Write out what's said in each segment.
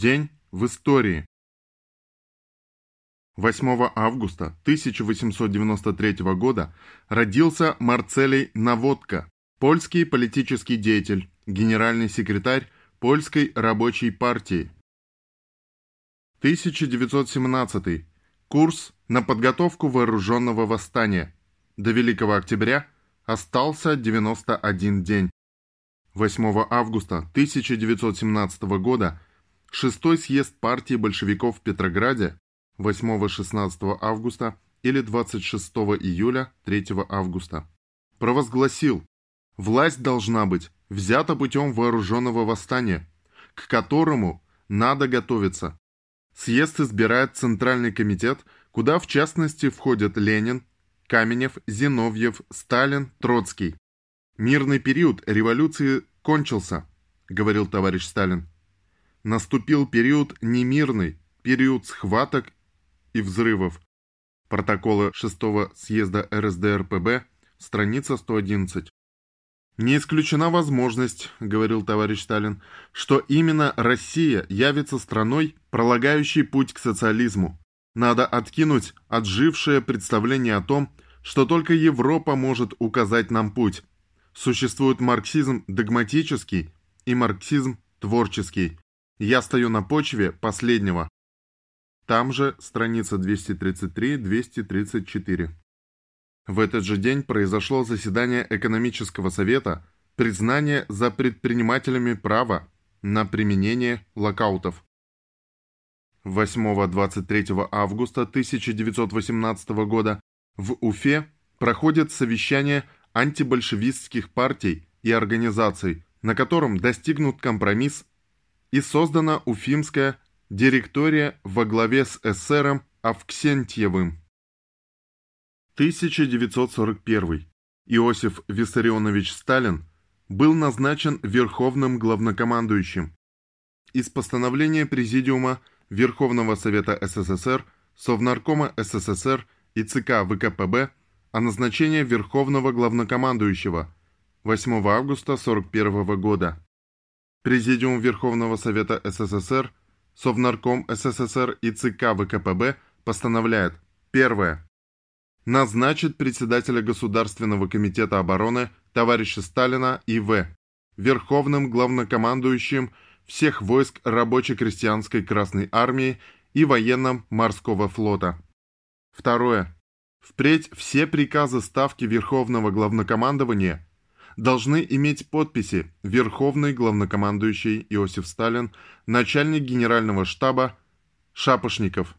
День в истории. 8 августа 1893 года родился Марцелий Nawodka, польский политический деятель, генеральный секретарь Польской рабочей партии. 1917. Курс на подготовку вооруженного восстания. До Великого Октября остался 91 день. 8 августа 1917 года Шестой съезд партии большевиков в Петрограде 8-16 августа или 26 июля 3 августа провозгласил: власть должна быть взята путем вооруженного восстания, к которому надо готовиться. Съезд избирает Центральный комитет, куда в частности входят Ленин, Каменев, Зиновьев, Сталин, Троцкий. «Мирный период революции кончился», — говорил товарищ Сталин. «Наступил период немирный, период схваток и взрывов». Протоколы 6-го съезда РСДРПб, страница 111. «Не исключена возможность, — говорил товарищ Сталин, — что именно Россия явится страной, пролагающей путь к социализму. Надо откинуть отжившее представление о том, что только Европа может указать нам путь. Существует марксизм догматический и марксизм творческий. Я стою на почве последнего». Там же страница 233-234. В этот же день произошло заседание экономического совета, признание за предпринимателями права на применение локаутов. 8-23 августа 1918 года в Уфе проходит совещание антибольшевистских партий и организаций, на котором достигнут компромисс и создана Уфимская директория во главе с эсером Авксентьевым. 1941. Иосиф Виссарионович Сталин был назначен Верховным главнокомандующим. Из постановления Президиума Верховного Совета СССР, Совнаркома СССР и ЦК ВКПб о назначении Верховного главнокомандующего 8 августа 1941 года. Президиум Верховного Совета СССР, Совнарком СССР и ЦК ВКПб постановляет: первое. Назначит председателя Государственного комитета обороны товарища Сталина И.В. Верховным главнокомандующим всех войск рабоче-крестьянской Красной Армии и военно-морского флота. Второе. Впредь все приказы Ставки Верховного главнокомандования должны иметь подписи Верховный главнокомандующий Иосиф Сталин, начальник генерального штаба Шапошников.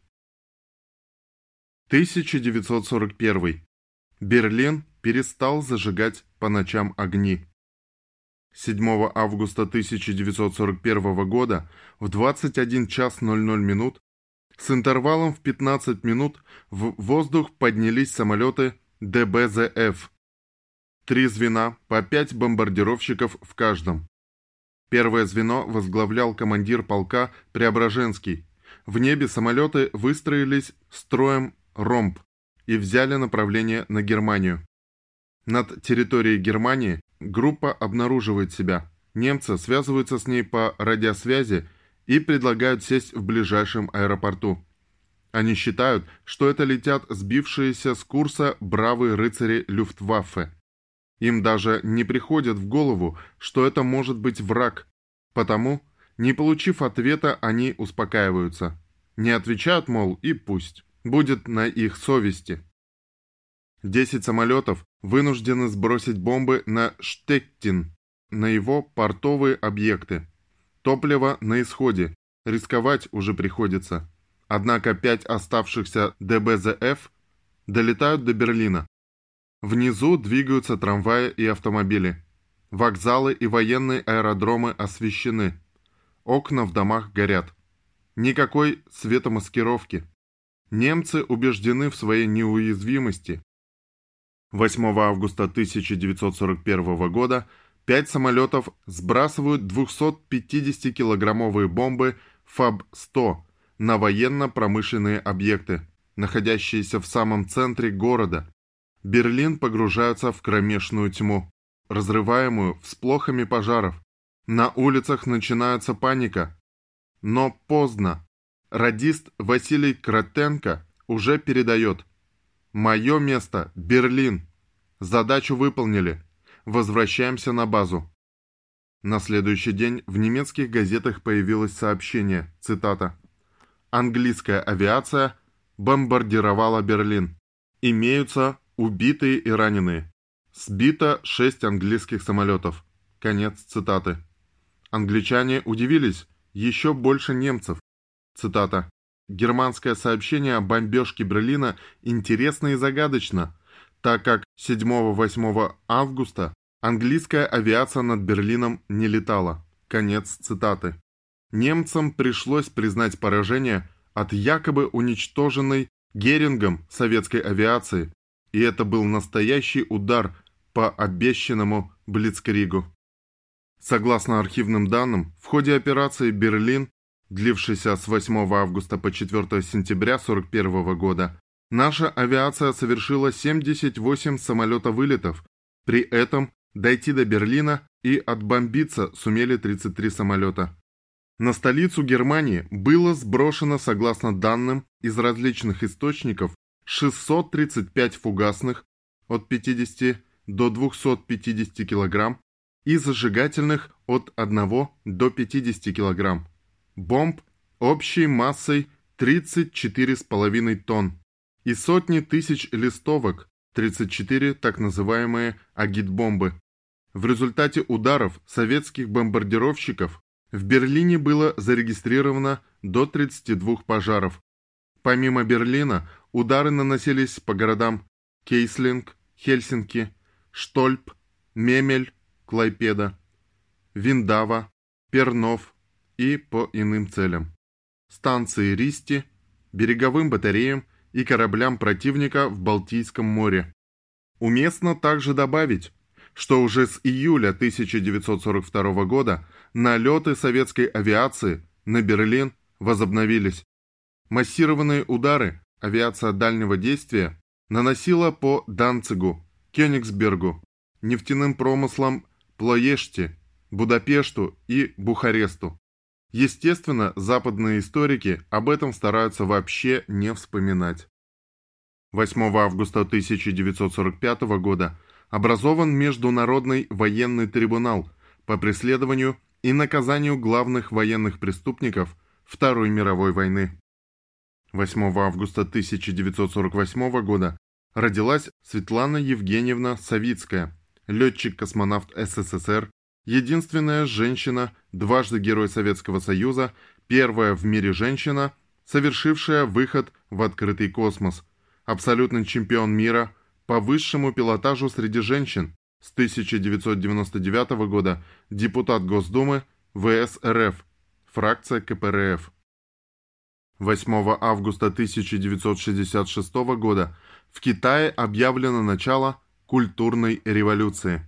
1941. Берлин перестал зажигать по ночам огни. 7 августа 1941 года в 21 час 00 минут с интервалом в 15 минут в воздух поднялись самолеты ДБЗФ. 3 звена, по 5 бомбардировщиков в каждом. Первое звено возглавлял командир полка Преображенский. В небе самолеты выстроились строем ромб и взяли направление на Германию. Над территорией Германии группа обнаруживает себя. Немцы связываются с ней по радиосвязи и предлагают сесть в ближайшем аэропорту. Они считают, что это летят сбившиеся с курса бравые рыцари Люфтваффе. Им даже не приходит в голову, что это может быть враг. Потому, не получив ответа, они успокаиваются. Не отвечают, мол, и пусть. Будет на их совести. 10 самолетов вынуждены сбросить бомбы на Штеттин, на его портовые объекты. Топливо на исходе, рисковать уже приходится. Однако 5 оставшихся ДБЗФ долетают до Берлина. Внизу двигаются трамваи и автомобили. Вокзалы и военные аэродромы освещены. Окна в домах горят. Никакой светомаскировки. Немцы убеждены в своей неуязвимости. 8 августа 1941 года 5 самолетов сбрасывают 250-килограммовые бомбы ФАБ-100 на военно-промышленные объекты, находящиеся в самом центре города. Берлин погружается в кромешную тьму, разрываемую всплохами пожаров. На улицах начинается паника. но поздно. Радист Василий Кротенко уже передает: «Мое место – Берлин. Задачу выполнили. Возвращаемся на базу». На следующий день в немецких газетах появилось сообщение, цитата: «Английская авиация бомбардировала Берлин. Имеются убитые и раненые. Сбито 6 английских самолетов». Конец цитаты. Англичане удивились еще больше немцев. Цитата: «Германское сообщение о бомбежке Берлина интересно и загадочно, так как 7-8 августа английская авиация над Берлином не летала». Конец цитаты. Немцам пришлось признать поражение от якобы уничтоженной Герингом советской авиации, и это был настоящий удар по обещанному Блицкригу. Согласно архивным данным, в ходе операции «Берлин», длившейся с 8 августа по 4 сентября 1941 года, наша авиация совершила 78 самолета-вылетов. При этом дойти до Берлина и отбомбиться сумели 33 самолета. На столицу Германии было сброшено, согласно данным из различных источников, 635 фугасных от 50 до 250 кг и зажигательных от 1 до 50 кг. Бомб общей массой 34,5 тонн и сотни тысяч листовок, 34 так называемые агитбомбы. В результате ударов советских бомбардировщиков в Берлине было зарегистрировано до 32 пожаров. Помимо Берлина, удары наносились по городам Кейслинг, Хельсинки, Штольп, Мемель, Клайпеда, Виндава, Пернов и по иным целям. Станции Ристи, береговым батареям и кораблям противника в Балтийском море. Уместно также добавить, что уже с июля 1942 года налеты советской авиации на Берлин возобновились. Массированные удары авиация дальнего действия наносила по Данцигу, Кёнигсбергу, нефтяным промыслам Плоешти, Будапешту и Бухаресту. Естественно, западные историки об этом стараются вообще не вспоминать. 8 августа 1945 года образован Международный военный трибунал по преследованию и наказанию главных военных преступников Второй мировой войны. 8 августа 1948 года родилась Светлана Евгеньевна Савицкая, летчик-космонавт СССР, единственная женщина, дважды Герой Советского Союза, первая в мире женщина, совершившая выход в открытый космос, абсолютный чемпион мира по высшему пилотажу среди женщин, с 1999 года депутат Госдумы ВС РФ, фракция КПРФ. 8 августа 1966 года в Китае объявлено начало культурной революции.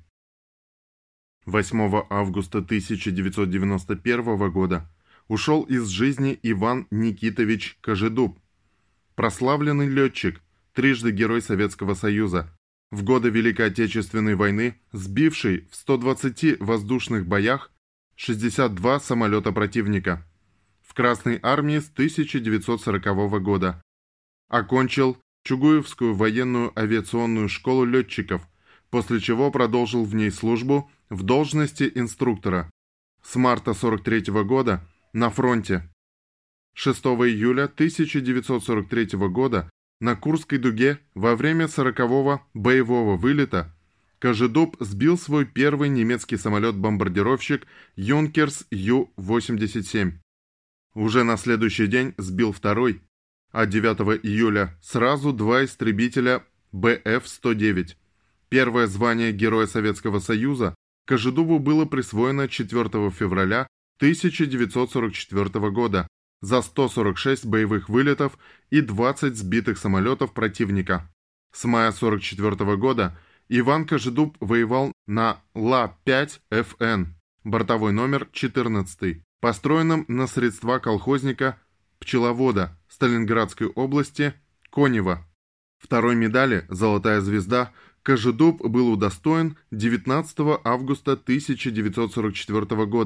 8 августа 1991 года ушел из жизни Иван Никитович Кожедуб, прославленный летчик, трижды Герой Советского Союза, в годы Великой Отечественной войны сбивший в 120 воздушных боях 62 самолета противника. В Красной армии с 1940 года. Окончил Чугуевскую военную авиационную школу летчиков, после чего продолжил в ней службу в должности инструктора. С марта 1943 года на фронте. 6 июля 1943 года на Курской дуге во время 40-го боевого вылета Кожедуб сбил свой первый немецкий самолет-бомбардировщик Юнкерс Ю-87. Уже на следующий день сбил второй, а 9 июля сразу два истребителя БФ-109. Первое звание Героя Советского Союза Кожедубу было присвоено 4 февраля 1944 года за 146 боевых вылетов и 20 сбитых самолетов противника. С мая 1944 года Иван Кожедуб воевал на Ла-5ФН, бортовой номер 14, построенном на средства колхозника-пчеловода Сталинградской области Конева. Второй медали «Золотая звезда» Кожедуб был удостоен 19 августа 1944 года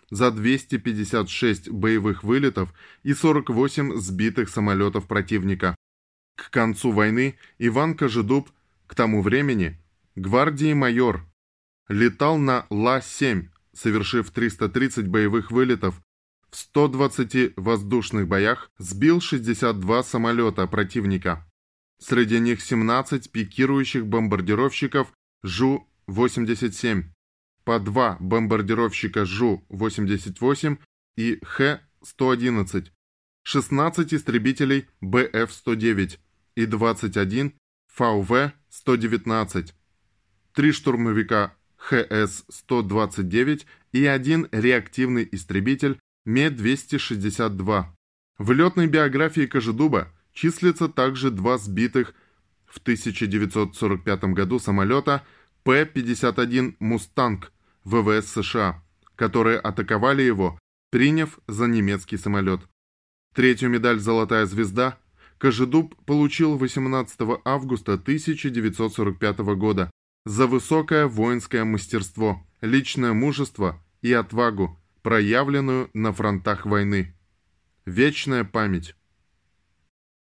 за 256 боевых вылетов и 48 сбитых самолетов противника. К концу войны Иван Кожедуб, к тому времени гвардии майор, летал на Ла-7, совершив 330 боевых вылетов, в 120 воздушных боях сбил 62 самолета противника. Среди них 17 пикирующих бомбардировщиков Жу-87, по 2 бомбардировщика Жу-88 и Х-111, 16 истребителей БФ-109 и 21 ФВ-119, 3 штурмовика ХС-129 и 1 реактивный истребитель Ме-262. В летной биографии Кожедуба числится также 2 сбитых в 1945 году самолета П-51 «Мустанг» ВВС США, которые атаковали его, приняв за немецкий самолет. Третью медаль «Золотая звезда» Кожедуб получил 18 августа 1945 года за высокое воинское мастерство, личное мужество и отвагу, проявленную на фронтах войны. Вечная память.